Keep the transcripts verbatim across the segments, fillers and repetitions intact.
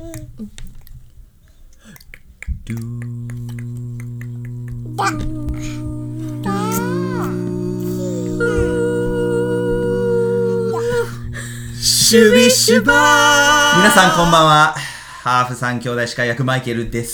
ドゥシュビシュバー。皆さんこんばんは。ハーフ三兄弟司会役マイケルです。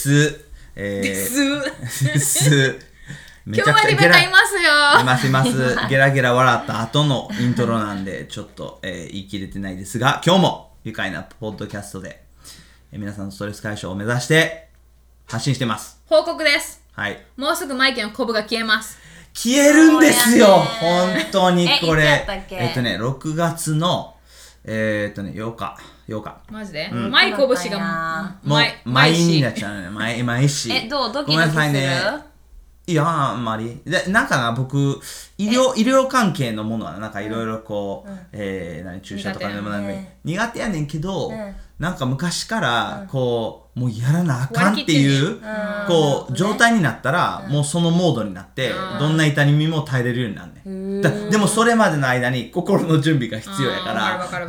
えー、ですですめちゃくちゃ今日はリベタいますよ。 いますいますゲラゲラ笑った後のイントロなんでちょっと、えー、言い切れてないですが、今日も愉快なポッドキャストで、えー、皆さんのストレス解消を目指して発信してます。 報告です。 はい。 もうすぐマイケルのコブが消えます。 消えるんですよ。本当にこれ。 え、 えっとね、ろくがつのえー、っとね、ようか。ようか。 マジで、うん、マイコブ氏がもう毎日になっちゃうね。毎毎日。 え、どうドキドキする？ ね、いや、あんまり。で、なんかな、僕、医療、医療関係のものは、なんかいろいろこう、うん、えー、何、注射とかでもなんか苦手やねんけど、うん、なんか昔から、こう、もうやらなあかんっていう、こう、状態になったら、もうそのモードになって、どんな痛みも耐えれるようになるねん。だでもそれまでの間に心の準備が必要やから、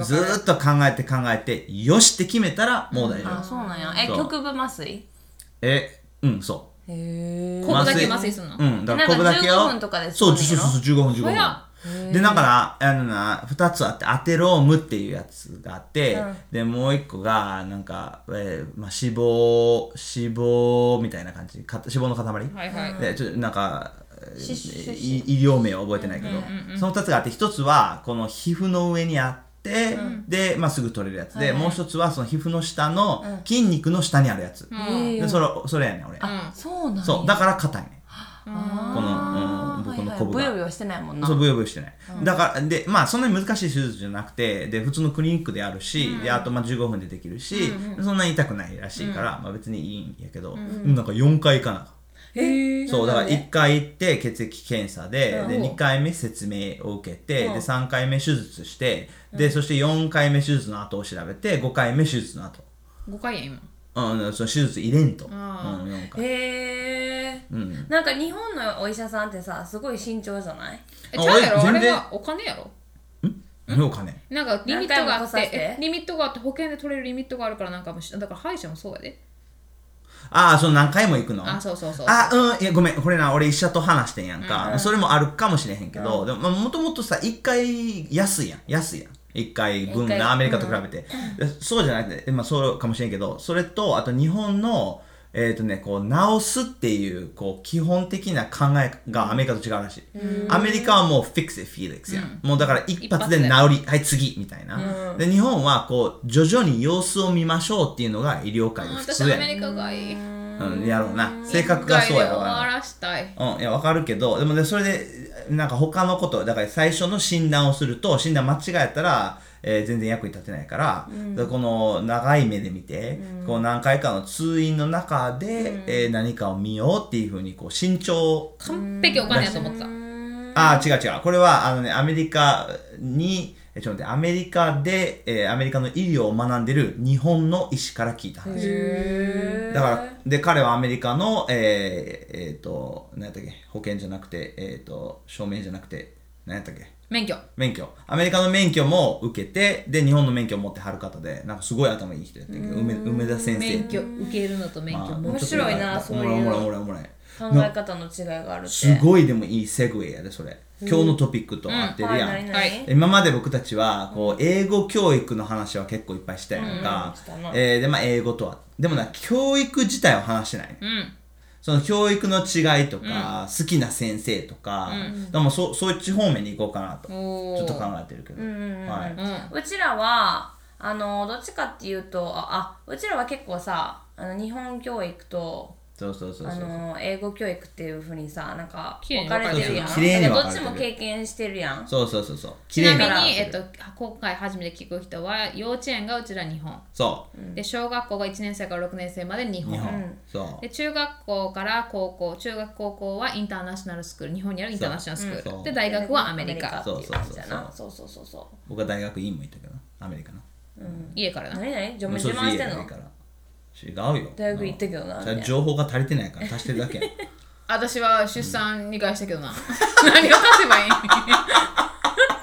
ずーっと考えて考えて、よしって決めたら、もう大丈夫。 あ、そうなんや。え、局部麻酔？ え、うん、そう。 へー。コブだけ麻酔するの？ うん、だからコブだけを。 じゅうごふんとかですそう、そうそう、じゅうごふん、じゅうごふん。で、だから、あのな、二つあって、アテロームっていうやつがあって、うん、で、もう一個が、なんか、えー、まあ、脂肪、脂肪みたいな感じ、か脂肪の塊、 はいはい、 で、ちょっとなんか、医療名は覚えてないけど、うんうんうん、その二つがあって、一つは、この皮膚の上にあって、うん、で、まあ、すぐ取れるやつで、はいはい、もう一つはその皮膚の下の筋肉の下にあるやつ、うん、でそれそれやねん俺。 あ、そうなんや。 そうだから硬いねんこの、うん、僕のコブが、 はいはい、ブヨブヨしてないもんな。 そう、ブヨブヨしてない、うん、だからで、まあそんなに難しい手術じゃなくて、で普通のクリニックであるし、うん、であとまあじゅうごふんでできるし、うんうん、そんなに痛くないらしいから、うん、まあ、別にいいんやけど、うん、なんかよんかい行かなあかん。 へー。 そうだからいっかい行って血液検査で、うん、でにかいめ説明を受けて、うん、でさんかいめ手術して、うん、でそしてよんかいめ手術の後を調べて、ごかいめ手術の後。 ごかいや今。 うん、その手術入れんと。うん、 よんかい。へー、うん、なんか日本のお医者さんってさ、すごい慎重じゃない？ え、ちゃうやろ、あれはお金やろ。 ん？何お金？ なんかリミットがあって、リミットがあって、保険で取れるリミットがあるから、なんかもし、だから歯医者もそうやで。 ああ、その何回も行くの？ あ、そうそうそう。 あ、うん、いやごめん、これな、俺医者と話してんやんか。うん、それもあるかもしれへんけど、うん、でももともとさ、いっかい安いやん、安いやん。いっかいぶんな、アメリカと比べて。うん、そうじゃなくて、まあそうかもしれんけど、それと、あと日本の、えっとね、こう、治すっていう、こう、基本的な考えがアメリカと違うらしい。アメリカはもう、フィックス it, Felix やん。うん、もうだから一発で治り、はい、次、みたいな。うん、で、日本は、こう、徐々に様子を見ましょうっていうのが医療界の普通やん。 私アメリカがいい。 うん、やろうな。性格がそうやろうな。 終わらしたい。 うん、いや、わかるけど、でもね、それで、なんか他のこと、だから最初の診断をすると、診断間違えたら、えー、全然役に立てないから、うん、この長い目で見て、うん、こう何回かの通院の中で、うん、えー、何かを見ようっていうふうに、こう、慎重。 完璧お金やと思ってた。 ああ、違う違う。これは、あのね、アメリカに、ちょっと待って、アメリカで、えー、アメリカの医療を学んでる日本の医師から聞いた話。 へー。 だから、で、彼はアメリカの、えー、えーと、何やったっけ、保険じゃなくて、えーと、証明じゃなくて、何やったっけ、 免許。 免許。アメリカの免許も受けて、で、日本の免許を持ってはる方で、なんかすごい頭いい人やったけど、梅, 梅田先生。 免許受けるのと免許も、まあ、 面白いな、そういうおもろいおもろいおもろい考え方の違いがあるって。 すごいでもいいセグウェイやで、それ。今日のトピックと合ってるやん。 うんはい、 今まで僕たちはこう英語教育の話は結構いっぱいしたやんか。うん、えー、でまあ英語とはでもな教育自体は話してない。 うん、 その教育の違いとか、うん、好きな先生とか、うん、でもそそっち方面に行こうかなとちょっと考えてるけど。 うんはい、うん、うちらはあのどっちかっていうとああうちらは結構さあの日本教育とそうそうそうそうあの英語教育っていう風にさなんか分かれてるやん。 綺麗に分かれてる。 どっちも経験してるやん。 そうそうそうそう。 ちなみにえっと今回初めて聞く人は幼稚園がうちら日本。 そう。 で小学校がいちねん生からろくねん生まで日本。 日本。そう。 で中学校から高校中学高校はインターナショナルスクール日本にあるインターナショナルスクール。うん、で大学はアメリカ。 そうそうそうそうそうそうそう。 僕は大学院も行ったけどアメリカの。 うん、家からな。 何何自慢してんの？ 違うよ。 大学行ったけどな。 情報が足りてないから足してるだけ。 私は出産にかいしたけどな。何を足せばいい？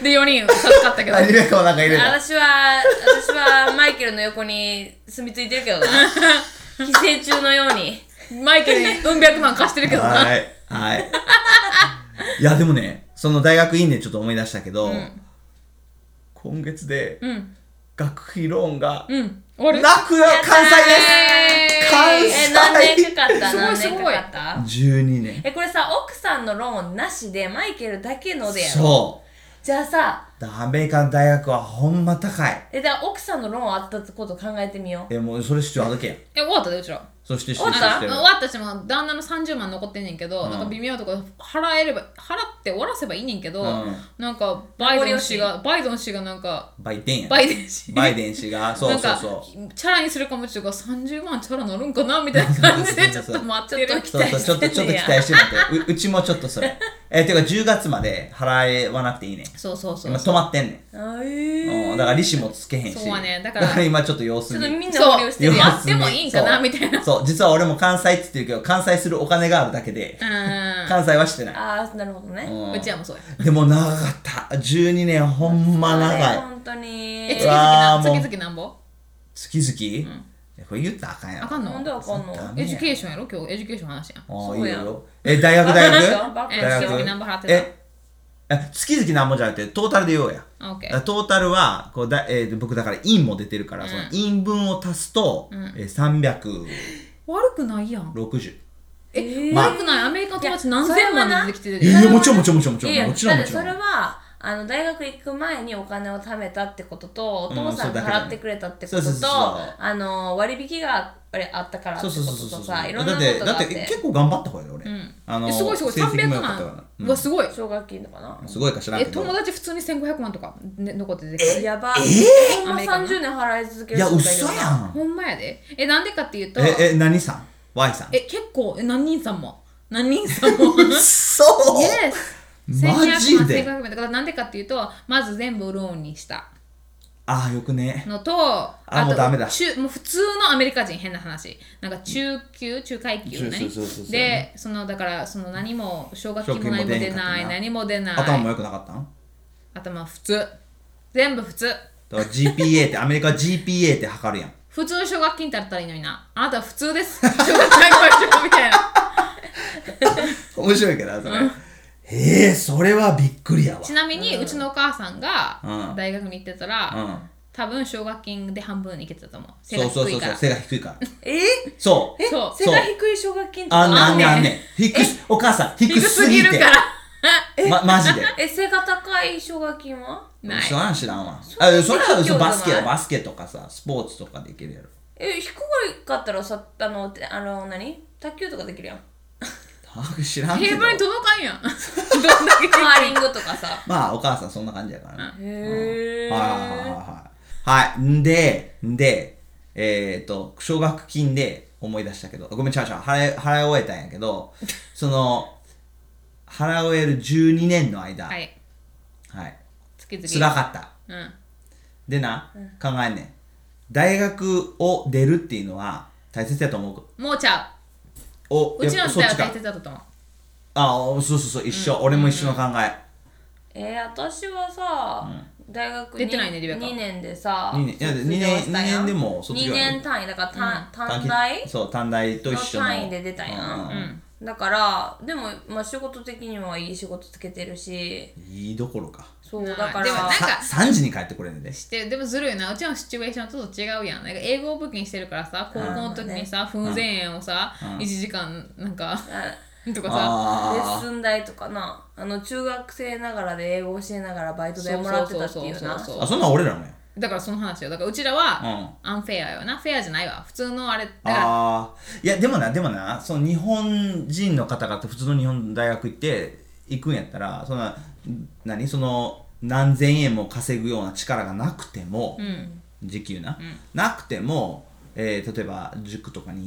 でよにん授かったけどあリベカもなんか入れた私は私はマイケルの横に住み着いてるけどな寄生虫のようにマイケルにうん百万貸してるけどなはいはいいやでもねその大学院でちょっと思い出したけど、うん、今月で学費ローンがうん終わるなくよ関西です関西え何年かかった何すごい年かかったじゅうにねんえこれさ奥さんのローンなしでマイケルだけのでやろそうじゃあさアメリカの大学はほんま高いえだから奥さんのローンあったってこと考えてみようえもうそれ必要あるけんえ終わったでうちらそして終わったしてる終わったしも旦那のさんじゅうまん残ってんねんけど、 うん、 なんか微妙なとこ払えれば払って終わらせばいいねんけど、 うん、 なんかバイデン氏がバイデン氏がなんかバイデンやバイデン氏バイデン氏がそうそうそうチャラにするかもちろんさんじゅうまんチャラなるんかなみたいな感じでちょっと待ってるそうそうちょっとちょっと期待して待ってううちもちょっとそれえてかじゅうがつまで払わなくていいねそうそうそう今止まってんねんあえー、 うんだから利子もつけへんしそうはねだからだから今ちょっと様子見ちょっとみんな保留してるやんやってもいいんかなみたいなそう実は俺も関西って言ってるけど関西するお金があるだけで関西はしてないああなるほどね、 うん、うちはもうそうやでも長かったじゅうにねんほんま長い本当にえ月々な月々なんぼ月々、うんこれ言ったらあかんやろあかんのなんであかんのエデュケーションやろ今日エデュケーションの話やんああいいよえ大学大学え大月々 学何ぼ払ってたええ月々何ぼじゃなくてトータルで言おうやあオッケートータルはこうだ、えー、僕だから院も出てるから、うん、その院分を足すと、うんえー、さんびゃく悪くないやんろくじゅうえ、えーまあ、悪くないアメリカの友達何千万で出てきてるいやいやもちろんもちろんもちろんもちろんいやもちろんもちろんそれはあの大学行く前にお金を貯めたってこととお父さんが払ってくれたってこととあの割引があったからってこととさいろんなことがあってだって結構頑張った方やで俺、うん、あのすごいすごいさんびゃくまんうわすごい奨学金とかなすごいかしらんけどえ友達普通にせんごひゃくまんとか、ね、残って出てきてやばえー、ほんまさんじゅうねん払い続けるいや嘘やんほんまやでえなんでかっていうとええ何さん Y さんえ結構え何人さんも何人さんもそうイエスマジでせんごひゃくまんだからなんでかっていうとまず全部ローンにしたああよくねのとああもうダメだ中もう普通のアメリカ人変な話なんか中級中階級ねでそのだからその何も奨学金も何も出ない何も出ない頭も良くなかったん頭普通全部普通だから ジーピーエー ってアメリカ ジーピーエー って測るやん普通奨学金ってあったらいいのになあなたは普通です奨学金みたいな面白いけどそれ、うんえー、それはびっくりやわちなみに、うん、うちのお母さんが大学に行ってたら、 うん、 多分奨学金で半分に行けてたと思う背が低いからそうそうそう背が低いからえー、 そうえそう背が低い奨学金とかあんねんあんねんあんねん低お母さん低すぎて低すぎるからま、マジでえ背が高い奨学金はない知らん知らんわあそれはバスケバスケとかさスポーツとかできるやろえ低かったらさあのあの何卓球とかできるやん知らんけどテーブルに届かんやんどんだけカーリングとかさまあお母さんそんな感じやからね、 うん、へえ、 うん、はいはいはいはいはいんでんでえっ、ー、と奨学金で思い出したけどごめんちゃうちゃう払い払い終えたんやけどその払い終えるじゅうにねんの間はいはい月々 辛かった、 うん、 でな、うん、考えんねん大学を出るっていうのは大切やと思うもうちゃうおうちの時代は大切だったと思うああそうそうそう一緒、うん、俺も一緒の考ええー、私はさ、うん、大学に出てないねリベカにねんでさにねんいやにねんにねんでも卒業にねん単位だから単、うん、短大そう短大と一緒の単位で出たんやん、うんうん、だからでも、まあ、仕事的にはいい仕事つけてるしいいどころかそうだからでもなんかさんじに帰ってこれんねんでしてでもずるいなうちのシチュエーションちょっと違うやんなんか英語を武器にしてるからさ高校の時にさ風前円をさ、うん、いちじかんなんかとかさレッスン代とかなあの中学生ながらで英語教えながらバイト代もらってたっていうなあそんなん俺らもやだからその話よだからうちらはアンフェアよなフェアじゃないわ普通のあれだからあいやでもなでもなその日本人の方々普通の日本大学行って行くんやったらそんな何その何千円も稼ぐような力がなくても、うん、時給な、うん、なくても、えー、例えば塾とかに行って、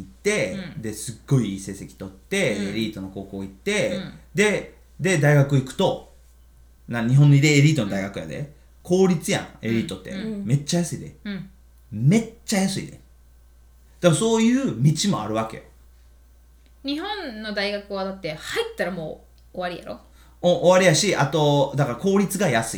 うん、ですっごいいい成績取って、うん、エリートの高校行って、うん、でで大学行くとな日本でエリートの大学やで、うん、公立やんエリートって、うん、めっちゃ安いで、うん、めっちゃ安いでだからそういう道もあるわけよ日本の大学はだって入ったらもう終わりやろお終わりやしあとだから公立が安い、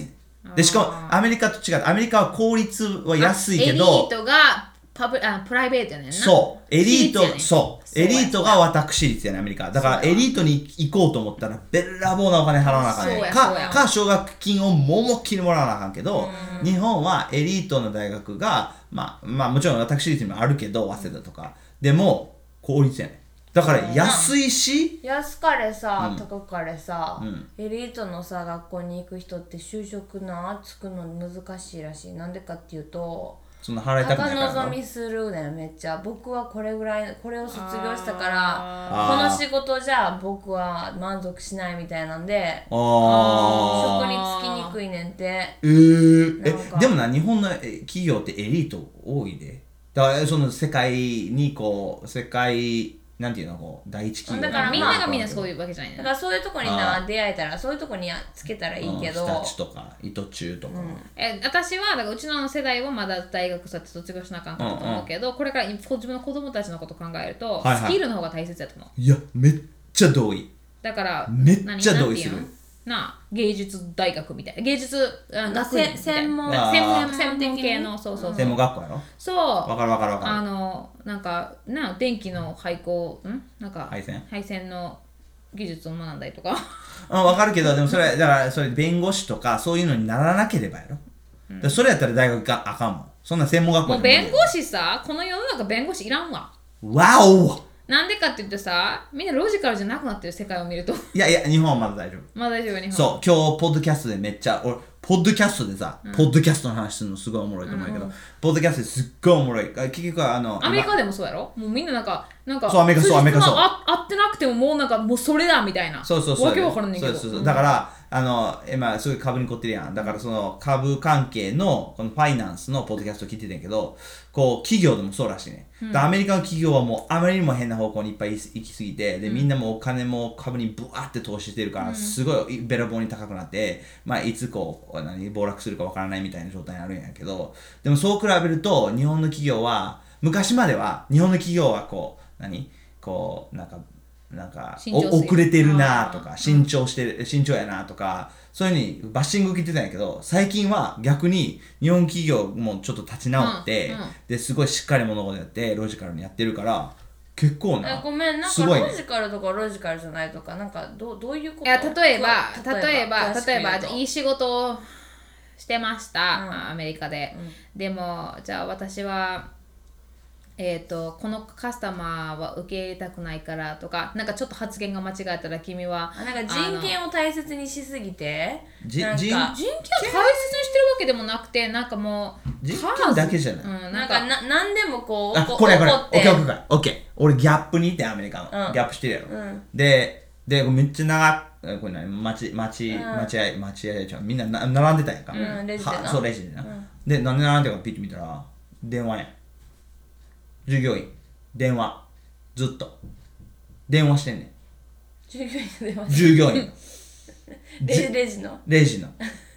でしかもアメリカと違ってアメリカは公立は安いけどエリートがパブあプライベートやねんな。 そうエリート、 ね、 そうエリートが私立やねアメリカだからエリートに行こうと思ったらべらぼうなお金払わなあかんねんかか奨学金をももっきりもらわなあかんけど日本はエリートの大学がまあまあもちろん私立にもあるけど早稲田とかでも公立やねんだから安いし安かれさ、うん、高かれさ、 うん、 エリートのさ学校に行く人って就職なつくの難しいらしい。なんでかっていうとそんな払いたくないから高望みするねめっちゃ僕はこれぐらいこれを卒業したからこの仕事じゃ僕は満足しないみたいなんであ職に就きにくいねんて。 えー、えでもな日本の企業ってエリート多いでだからその世界にこう世界なんていうのこう第一企業だからみんながみんなそういうわけじゃないね。 だからそういうとこにな出会えたらそういうとこにつけたらいいけど、 うん、日立とか糸中とか、うん、 え私はだからうちの世代はまだ大学そうやって卒業しなあかんかと思うけど、うんうん、これから自分の子供たちのこと考えると、はいはい、スキルの方が大切やと思う。 いやめっちゃ同意。 だからめっちゃ同意するなあ芸術大学みたいな芸術学院専門専門専門系のそうそうそう専門学校やろ。 そうわかるわかるわかる。 あのなんかな電気の配光んなんか配線配線の技術を学んだりとかうんわかるけどでもそれだからそれ弁護士とかそういうのにならなければやろ、うん、それやったら大学があかんもんそんな専門学校もう弁護士さこの世の中弁護士いらんわ。 わおなんでかって言ってさみんなロジカルじゃなくなってる世界を見るといやいや日本はまだ大丈夫まだ大丈夫日本そう今日ポッドキャストでめっちゃ俺ポッドキャストでさ、うん、ポッドキャストの話するのすごいおもろいと思うけど、うん、ポッドキャストですっごいおもろい結局はあのアメリカでもそうやろもうみんななんかなんかそうアメリカそうアメリカそうあ合ってなくてももうなんかもうそれだみたいなそうそうそうわけわからんねんけどそうそうそう、うん、だからあの今すごい株に凝ってるやんだからその株関係のこのファイナンスのポッドキャスト聞いてたんやけどこう企業でもそうらしいね、うん、アメリカの企業はもうあまりにも変な方向にいっぱい行き過ぎてでみんなもお金も株にブワーって投資してるからすごいべらぼうに高くなって、まあ、いつこう何暴落するかわからないみたいな状態にあるんやけどでもそう比べると日本の企業は昔までは日本の企業はこう何こうなんかなんか遅れてるなとか慎重してる慎重やなとかそういう風にバッシング受けてたんやけど最近は逆に日本企業もちょっと立ち直って、うんうん、ですごいしっかり物事やってロジカルにやってるから結構なごめんなんかロジカルとかロジカルじゃないとかなんかどうどういうこと？ いや例えば例えば例えばじゃいい仕事をしてました、うん、アメリカで、うん、でもじゃあ私はえー、とこのカスタマーは受け入れたくないからとかなんかちょっと発言が間違えたら君はなんか人権を大切にしすぎてじなんか人権を大切にしてるわけでもなくてなんかもう人権だけじゃない、 うん、なんかな何でもこうあこれこれオッケーオッケーオッケー俺ギャップにいてアメリカの、うん、ギャップしてるやろ、うん、ででめっちゃ長これ何待ち待ち、うん、待合待合ちゃうみんなな並んでたんやんか、 うん、レジでなそうレジでな、うん、でなんで並んでるかピッて見たら電話やん従業員電話ずっと電話してんねん従業員の電話従業員レジレジのレジの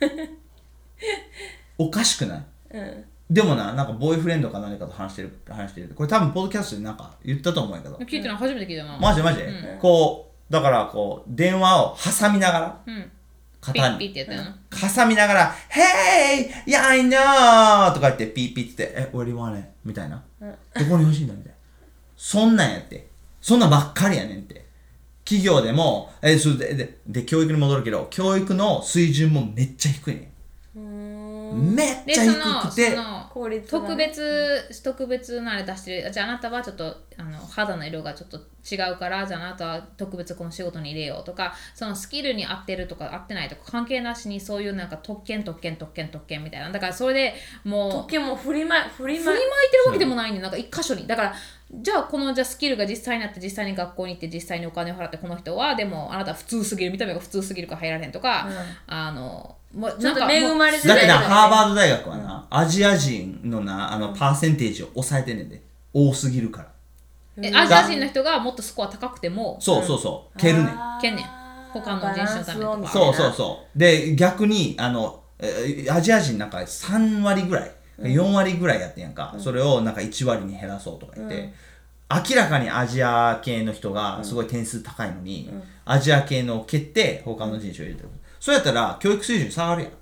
おかしくない、 うん、 でもななんかボーイフレンドか何かと話してる話してるこれ多分ポッドキャストでなんか言ったと思うんやけど聞いてない初めて聞いたなマジでマジで、うん、こうだからこう電話を挟みながら、 うん肩にピッピッってやったよ挟みながら Hey! Yeah, I know! とか言ってピッピッってえ、What do you want it? みたいな、うん、どこに欲しいんだみたいなそんなんやってそんなんばっかりやねんって企業でもえそれででで教育に戻るけど教育の水準もめっちゃ低いねんめっちゃ低くて効率特別特別なあれ出してるじゃああなたはちょっとあの肌の色がちょっと違うからじゃああなたは特別この仕事に入れようとかそのスキルに合ってるとか合ってないとか関係なしにそういうなんか特権特権特権特権みたいなだからそれでもう特権も振りま振りま振りまいてるわけでもないんでなんか一箇所にだからじゃあこのじゃあスキルが実際にあって実際に学校に行って実際にお金を払ってこの人はでもあなたは普通すぎる見た目が普通すぎるから入られへんとか、うん、あのもうちょっと恵まれてだってなハーバード大学はな、うん、アジア人のなあのパーセンテージを抑えてんねんで多すぎるからえアジア人の人がもっとスコア高くてもそうそうそう、うん、蹴るねん蹴んねん他の人種のためとかそうそうそうで逆にあのアジア人なんかさんわりぐらい、うん、よんわりぐらいやってんやんか、うん、それをなんかいちわりに減らそうとか言って、うん、明らかにアジア系の人がすごい点数高いのに、うん、アジア系のを蹴って他の人種を入れてる、うん、そうやったら教育水準下がるやん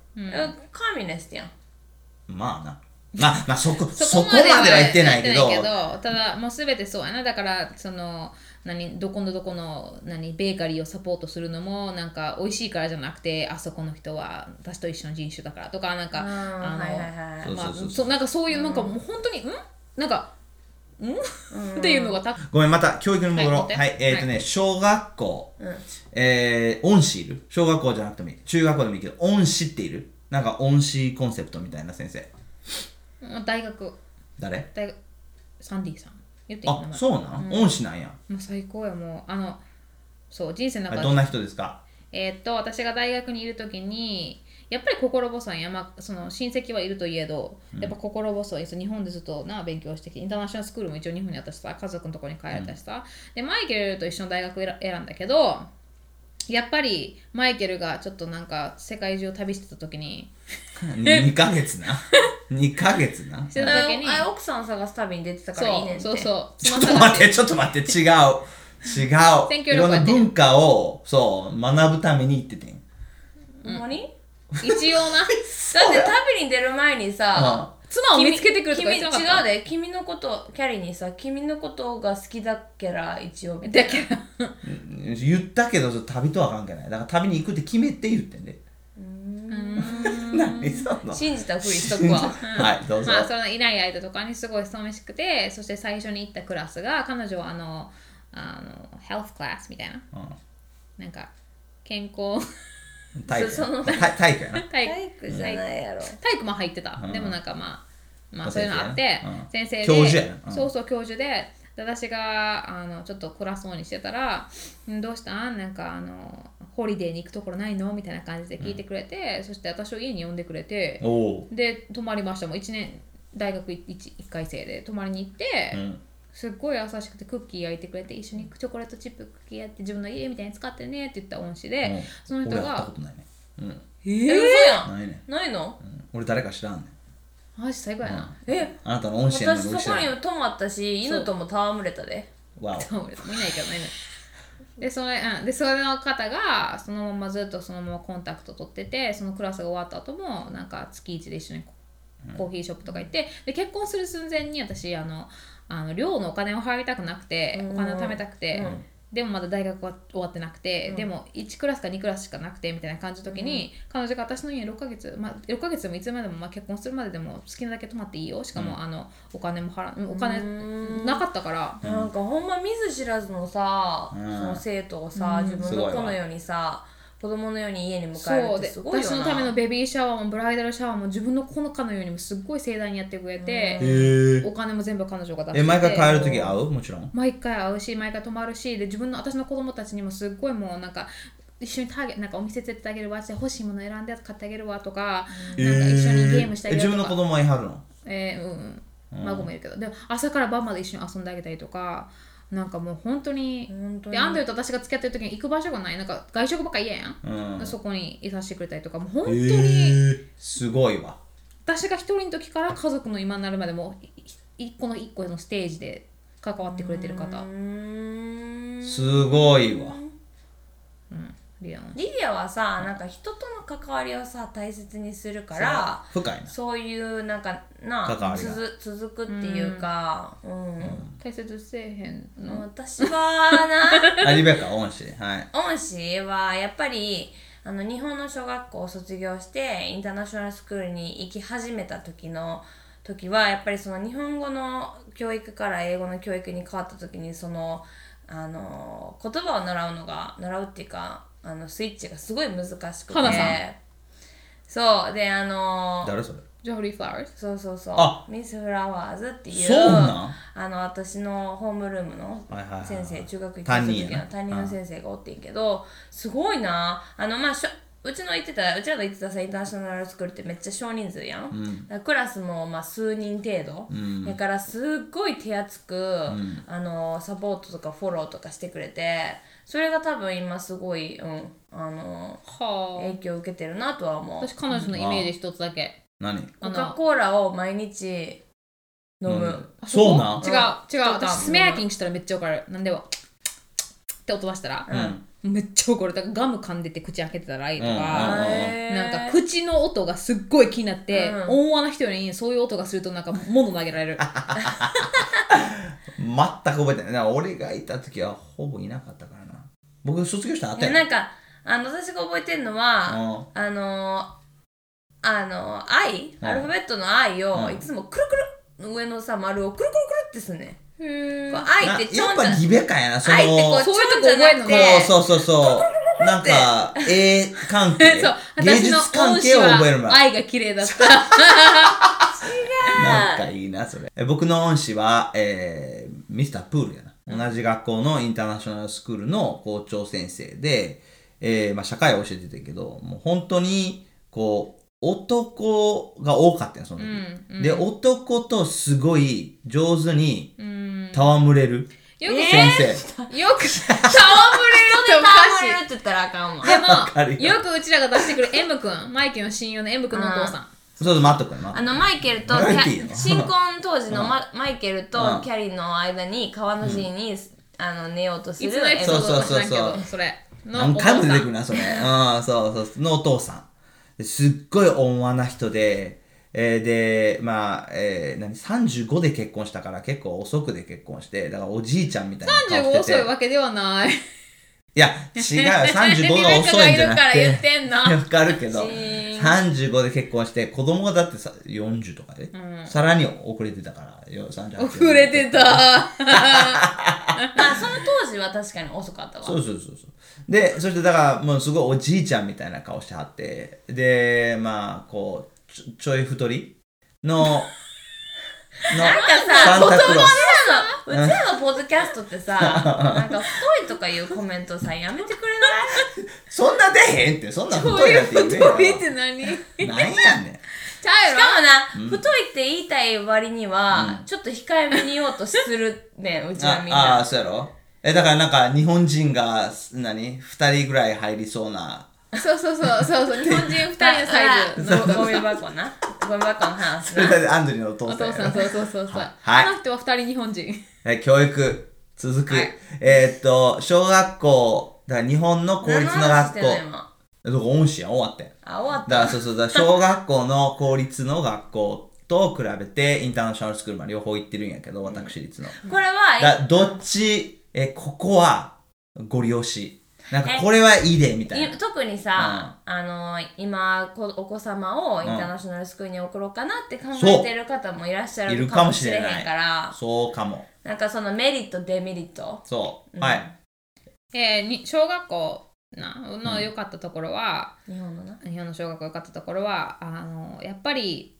うん、カーミネストやん。 まあな。まあ、まあそこ、そこまでは言ってないけど。けどただ、もうすべてそうやな。だから、その、何、どこのどこの、何、ベーカリーをサポートするのも、なんか、美味しいからじゃなくて、あそこの人は私と一緒の人種だからとか、なんか、あの、まあ、そう、なんかそういう、なんかもう本当に、んなんか、んっていうのがたごめん、また教育に戻ろう。はい、はい、えっ、ー、とね、はい、小学校、うん、えー、恩師いる？小学校じゃなくてもいい。中学校でもいいけど、恩師っている？なんか恩師コンセプトみたいな先生。 大学。 誰？ 大学。サンディさん。言っていいあ、そうなん、うん、恩師なんや。 もう最高や、もう。あの、そう、人生の中で。 どんな人ですか？ えー、っと、私が大学にいるときに、やっぱり心細いや、まあ、その親戚はいるといえど、やっぱ心細い、日本でずっとな勉強してきて、インターナショナルスクールも一応日本にあったしさ、家族のところに帰れたしさ、うん、でマイケルと一緒の大学を選んだけど、やっぱりマイケルがちょっとなんか世界中を旅してた時ににかげつなにかげつなしてた時にあ奥さん探す旅に出てたからいいねんて。 そうそうそうちょっと待ってちょっと待って違う違ういろんな文化をそう学ぶために行っててん。 ほんまに一応なだって旅に出る前にさ、 うん、妻を見つけてくるとか言ってなかった。 違うで、君のことキャリーにさ、君のことが好きだから一応だけど言ったけど旅とは関係ない。だから旅に行くって決めて言ってんで。うーん何その信じたふりしとくわはいどうぞ。 まあそのいない間とかにすごい寂しくて、そして最初に行ったクラスが彼女はあのあのヘルスクラスみたいな、うん、なんか健康体育体育やな体育じゃないやろ。 体育も入ってた、うん、でもなんかまあまあそういうのあって、うん、先生で教授やな、 うん、そうそう教授で私があのちょっと暗そうにしてたらどうしたんなんかあのホリデーに行くところないのみたいな感じで聞いてくれて、うん、そして私を家に呼んでくれてで泊まりました。もういちねん大学 1, 1回生で泊まりに行って、うんすっごい優しくてクッキー焼いてくれて一緒にチョコレートチップクッキーやって自分の家みたいに使ってねって言った恩師で、うん、その人が俺会ったことないね、うん、 えー、嘘やんないねないの、 うん、俺誰か知らんねん。 マジ最高やな、 うん、えあなたの恩師やねん。私そこに泊まったし犬とも戯れたで。 わお戯れた見ないけどないねでそれ、うん、でそれの方がそのままずっとそのままコンタクト取ってて、そのクラスが終わった後もなんか月いちで一緒にコーヒーショップとか行って、で結婚する寸前に私あのあの寮のお金を払いたくなくて、お金を貯めたくて、うん、でもまだ大学は終わってなくて、うん、でもいちクラスかにクラスしかなくてみたいな感じの時に、うん、彼女が私の家ろっかげつ、まあ、ろっかげつでもいつまでも、まあ、結婚するまででも好きなだけ泊まっていいよ、しかも、うん、あのお金も払お金なかったから、 うん、なんかほんま見ず知らずのさ、うん、その生徒をさ、うん、自分の子のようにさ子供のように家に迎えるってすごいよな。 私のためのベビーシャワーもブライダルシャワーも自分の子のかのようにもすっごい盛大にやってくれて、お金も全部彼女が出してて、 え毎回帰るとき会う？もちろん毎回会うし毎回泊まるし、で自分の私の子供たちにもすっごいもうなんか一緒にターゲなんかお店連れてあげるわ、欲しいもの選んで買ってあげるわとか、うん、なんか一緒にゲームしてあげるとか。 自分の子供はいはるの？ えー、うんうん孫もいるけど、で朝から晩まで一緒に遊んであげたりとか、なんかもう本当に、本当にでアンドリューと私が付き合ってる時に行く場所がない、なんか外食ばっか嫌やん、うん、そこにいさせてくれたりとか、もう本当に、えー、すごいわ。 私が一人の時から家族の今になるまでも一個の一個のステージで関わってくれてる方、 すごいわ。 うんリディアはさ、なんか人との関わりをさ大切にするから深いな、 そういうなんかなつ続くっていうか、うん、うん、 大切せえへんの。 私はなあリベカ恩師、はい、 恩師はやっぱりあの日本の小学校を卒業してインターナショナルスクールに行き始めた時の時はやっぱりその日本語の教育から英語の教育に変わった時にそのあの言葉を習うのが習うっていうかあのスイッチがすごい難しくて、 花さんそうであの誰それジョフリー・フラワーズそうそうそうあミス・フラワーズっていうそうなんあの私のホームルームの先生、はいはいはい、中学行ってた時の担任の先生がおってんけどすごいなあのまあしょうちの行ってたうちらが行ってたさインターナショナルスクールってめっちゃ少人数やん、うん、だクラスもまあ数人程度、うん、だからすっごい手厚く、うん、あのサポートとかフォローとかしてくれてそれが多分今すごい、うん、あのは影響を受けてるなとは思う。 私彼女のイメージ一つだけ、 うん、何コカ・コーラを毎日飲む、うん、 そうなん違う違う私スメアキングしたらめっちゃ分かる。なんではって音出したら、 うんめっちゃ怒る。だからガム噛んでて口開けてたらいいとか、 うんうんうん、 なんか口の音がすっごい気になって、うん、温和な人にそういう音がするとなんか物投げられる。 全く覚えてない。なんか俺がいた時はほぼいなかったからな。僕卒業したらあったよ。 なんかあの私が覚えてるのは、うん、あのあの愛、アルファベットの愛を、うん、いつもくるくる上のさ丸をくるくるくるってすんね。へー。愛ってちょんじゃやっぱギベ感やな。その愛ってこうちょんじゃなくて、そうそうそうそう。なんか絵関係、芸術関係を覚えるの。 愛が綺麗だった。 なんかいいなそれ。僕の恩師は、えー、ミスタープールやな。同じ学校のインターナショナルスクールの校長先生で、えーまあ、社会を教えてたけど、もう本当にこう男が多かったよその時、うんうん、で男とすごい上手に戯れる、 うん、 先生、 えー、よく戯れるっておかしい。戯れるって言ったらあかんわ。 でもよくうちらが出してくる M 君、マイケルの親友の M 君のお父さん。 そうそう、待っとくね。 あのマイケルと新婚当時の、ま、マイケルとキャリーの間に川の字に、うん、あの寝ようとする。 いつのエピソードか知らんけど、それ何回も出てくるなそれ。うん、そうそうのお父さん。すっごい温和な人で、えー、でまあ、えー、何さんじゅうごで結婚したから結構遅くで結婚して、だからおじいちゃんみたいな顔してて。 さんじゅうご遅いわけではない。 いや違うさんじゅうごが遅いんじゃなくて。 言ってんの。 わかるけど。さんじゅうごで結婚して子供がだってさよんじゅうとかで、うん、さらに遅れてたからさんじゅうはち遅れてた。まあその当時は確かに遅かったわ。 そうそうそうそう。でそしてだからもうすごいおじいちゃんみたいな顔してはって、でまあこうちょ、ちょい太りののなんかさ、サンタクロース。うちらのポッドキャストってさ、なんか太いとかいうコメントさやめてくれない？ そんな出へんって、そんな太いなんて言うねんよ。 太いって何？ なんやねん。 しかもな、うん、太いって言いたい割には、うん、ちょっと控えめに言おうとするねん、うちらみんな。 ああ、そうやろ。え、だからなんか日本人が何二人ぐらい入りそうな。 そうそうそうそうそう、日本人二人のサイズのゴミ箱な。ゴミ箱の話な。 それでアンドリーのお父さん。 お父さん、そうそうそうそう。はい。あの人は二人日本人。 え、教育続く。はい、えー、っと小学校だから日本の公立の学校。どこ恩師や終わってん。 あ、終わった。 だからそうそうだ小学校の公立の学校と比べてインターナショナルスクールまで両方行ってるんやけど、私立の。 これはだどっちえここはご利用し。なんかこれはいいでみたいな。 特にさ、うん、あの今お子様をインターナショナルスクールに送ろうかなって考えてる方もいらっしゃるかもしれへんから、 そうかも。 なんかそのメリットデメリット。 そう、 うん、 はい。 えー、に小学校なの良かったところは、 うん、日本のな日本の小学校良かったところはあのやっぱり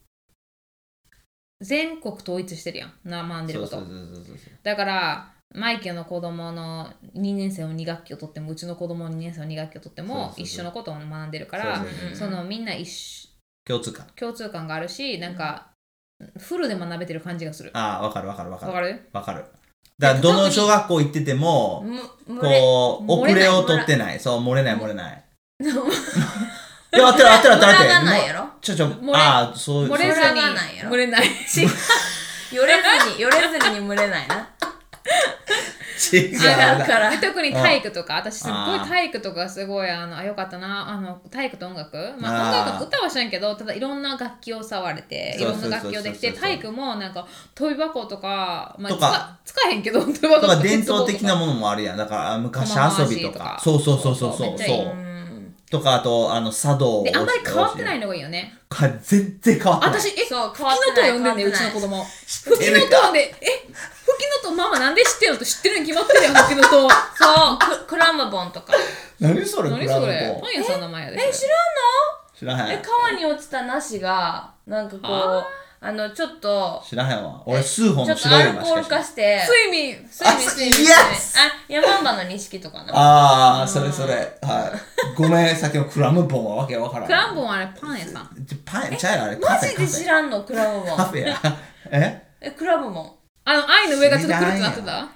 全国統一してるやんな学んでること。だからマイケルの子供のにねん生のに学期を取ってもうちの子供のにねん生のに学期を取っても一緒のことを学んでるからそのみんな一緒共通感共通感があるしなんかフルで学べてる感じがする。 ああ、わかるわかるわかる。 わかるわかる。だからどの小学校行っててもこう遅れを取ってない。そう漏れない漏れない。いやあってるあってるあってるあってる。 漏れないやろ。 ちょちょああそう漏れずに漏れない。 よれずによれずに漏れないな。 違うだから特に体育とか私すっごい体育とかすごいあのあよかったなあの体育と音楽まあ音楽歌はしないけどただいろんな楽器を触れていろんな楽器をできて体育もなんか跳び箱とかまあとかつかへんけど跳び箱とか伝統的なものもあるやんだから昔遊びとかそうそうそうそうそうそうとかあとあの茶道であんまり変わってないのがいいよね。 全然変わってない。 私えそう吹きのと呼んでんねうちの子供。吹きのとでえ吹きのとママなんで知ってるのと知ってるに決まってるやん吹きのと。 そうクラムボンとか。 何それ何それパン屋さんの名前やで。 え知らんの？知らへん。 え川に落ちた梨がなんかこう。あのちょっと知らへんわ。俺数本の白い馬しか知らん。ちょっとアルコール化して睡眠睡眠睡眠睡眠あ山場の錦とかな。 ああそれそれはいごめんさっきのクラムボンはわけわからん。 クラムボンはあれパン屋さん。 パンちゃうやろあれカフェ。 マジで知らんのクラムボン。 カフェや。え？ えクラムボン。 あの愛の上がちょっとくるってなってた？違うよ。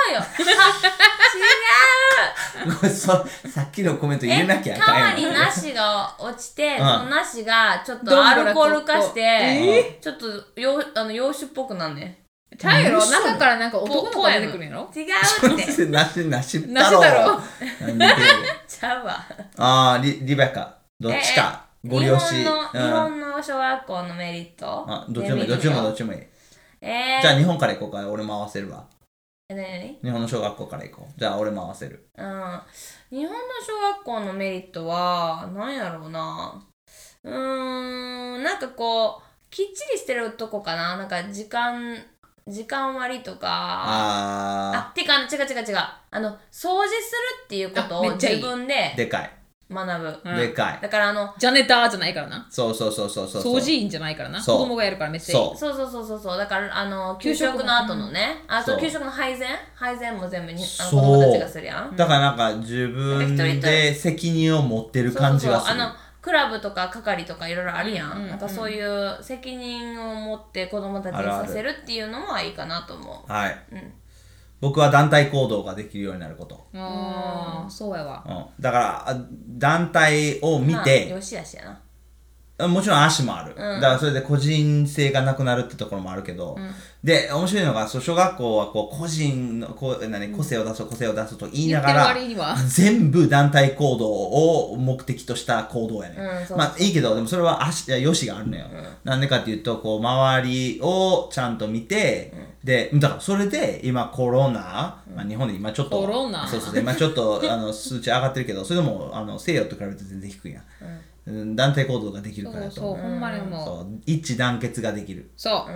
違う。さっきのコメント入れなきゃあかんやん。川に梨が落ちて、うん、その梨がちょっとアルコール化して、ちょっと洋あの洋酒っぽくなんね。 ちゃうやろ、中からなんか男の子が出てくるんやろ。 違うってなしなしなしだろちゃうわ。 あー リ, リベカどっちか、 えー、 ご両親日本の、 うん、 日本の小学校のメリット。 あどっちもいいどっちもどっちもいい、 えー、 じゃあ日本から行こうか。俺も合わせるわ。 え何日本の小学校から行こう。じゃあ俺も合わせる。 うん、日本の小学校のメリットは何やろうな。うーん、なんかこうきっちりしてるとこかな。なんか時間時間割とか。 ああてか違う違う違う。あの掃除するっていうことを自分ででかい学ぶ。 うん、でかい。 だからあのジャネターじゃないからな。 そうそうそうそうそう掃除員じゃないからな。子供がやるからめっちゃいい。 そうそうそうそうそう。だからあの給食の後のね、あと給食の配膳配膳も全部にあの子供たちがするやん。 だからなんか自分で責任を持ってる感じがする。 そうそうそう、あのクラブとか係とかいろいろあるやん、うんうんうん、なんかそういう責任を持って子供たちにさせるっていうのもいいかなと思う。 はい、 うん、 僕は団体行動ができるようになること。 ああ、そうやわ、 うん、だから団体を見て、 まあ、よしあしやな。 もちろん足もある、 うん、 だからそれで個人性がなくなるってところもあるけど、うん、で面白いのがそう小学校はこう個人のこう何個性を出そう個性を出そうと言いながら全部団体行動を目的とした行動やね、うん、まあいいけどでもそれは足よしがあるのよ、うん、なんでかっていうとこう周りをちゃんと見て、うん、でだからそれで今コロナ、まあ、日本で今ちょっとコロナそうそう今ちょっとあの数値上がってるけどそれでもあの西洋と比べて全然低いやん、うん団体行動ができるからとそうそうほんまにもうそう一致団結ができるそううん、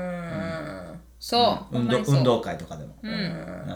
そう、 うん、運動運動会とかでも、 うん、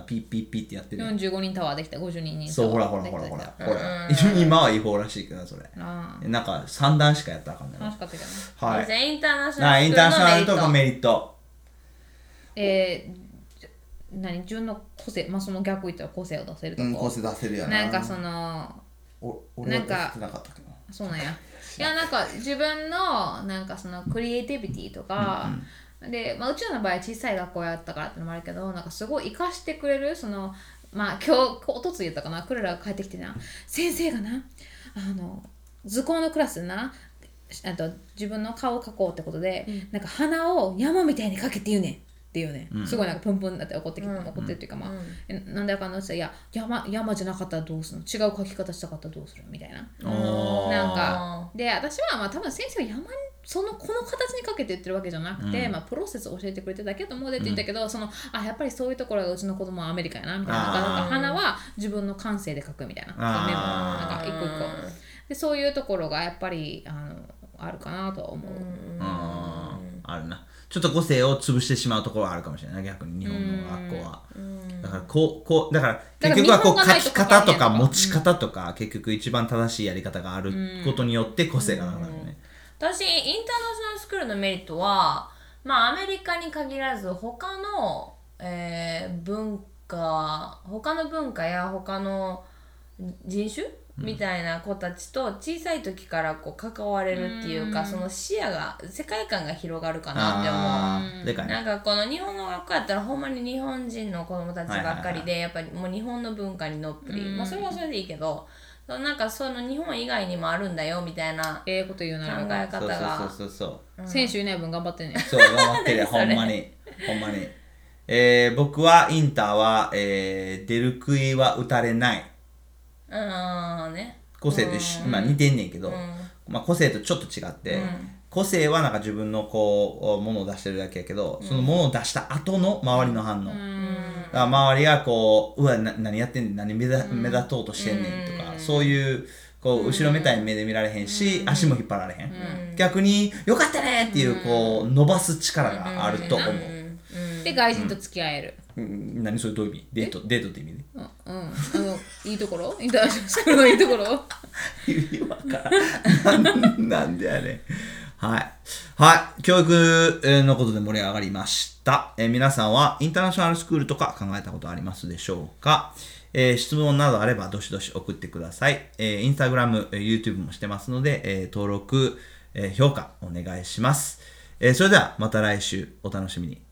ピッピッピッってやってるよんじゅうごにんタワーできたごじゅうにんそうほらほらほらほらほら今は違法らしいけどそれなんかさん段しかやったらあかんね楽しかったけどねはいじゃあインターナショナルインターナショナルとかメリットえー何自分の個性まあその逆言ったら個性を出せるとこ、うん、 個性出せるやななんかそのお俺は出せてなかったけどそうなんやいやなんか自分のなんかそのクリエイティビティとか、うんうん、で、まあ、うちの場合小さい学校やったからってのもあるけどなんかすごい活かしてくれるそのまあ今日おとつ言ったかなクレラが帰ってきてな先生がなあの図工のクラスでなあと自分の顔を描こうってことで、うん、なんか鼻を山みたいに描けって言うねんっていうね、うん、すごいなんかプンプンだって怒ってきて、うん、怒ってるっていうかまあ、うん、なんであかんのって言ったらいや 山, 山じゃなかったらどうするの違う描き方したかったらどうするみたいななんかで私はまあ多分先生は山にそのこの形にかけて言ってるわけじゃなくて、うんまあ、プロセスを教えてくれてたけどもでって言ったけど、うん、そのあやっぱりそういうところがうちの子供はアメリカやなみたいななんかなんか花は自分の感性で描くみたいなメモなんか一個一個でそういうところがやっぱりあのあるかなとは思う、うん、 あ, あるなちょっと個性を潰してしまうところはあるかもしれない逆に日本の学校はだからこうこうだから結局はこう書き方とか持ち方とか、うん、結局一番正しいやり方があることによって個性がなくなるね、うん、 私インターナショナルスクールのメリットはまあアメリカに限らず他の、えー、文化他の文化や他の人種みたいな子たちと小さい時からこう関われるっていうか、うん、その視野が世界観が広がるかなって思う。でかいね、なんかこの日本の学校やったらほんまに日本人の子供たちばっかりで、やっぱりもう日本の文化にのっぷり、うん、まあそれはそれでいいけどなんかその日本以外にもあるんだよみたいなええこと言うな考え方がそうそうそうそう、 うん、選手いない分頑張ってねそう頑張ってるほんまにほんまに、えー、僕はインターは、えー、出る杭は打たれないうんね個性と一緒、まあ似てんねんけど、うんまあ、個性とちょっと違って、うん、個性はなんか自分のこうものを出してるだけやけど、うん、そのものを出した後の周りの反応、うん、だから周りがこううわな何やってんねん何目立、うん、目立とうとしてんねんとか、うん、そういうこう後ろめたい目で見られへんし、うん、足も引っ張られへん、うん、逆によかったねっていうこう伸ばす力があると思う、うんうん、で外人と付き合える、 うん、何それどういう意味デートデートって意味で、 うんうん、あのいいところインターナショナルスクールのいいところ意味わからんなんでやねんはいはい教育のことで盛り上がりました、えー、皆さんはインターナショナルスクールとか考えたことありますでしょうか、えー、質問などあればどしどし送ってください、えー、インスタグラム、YouTube もしてますので、えー、登録、えー、評価お願いします、えー、それではまた来週お楽しみに。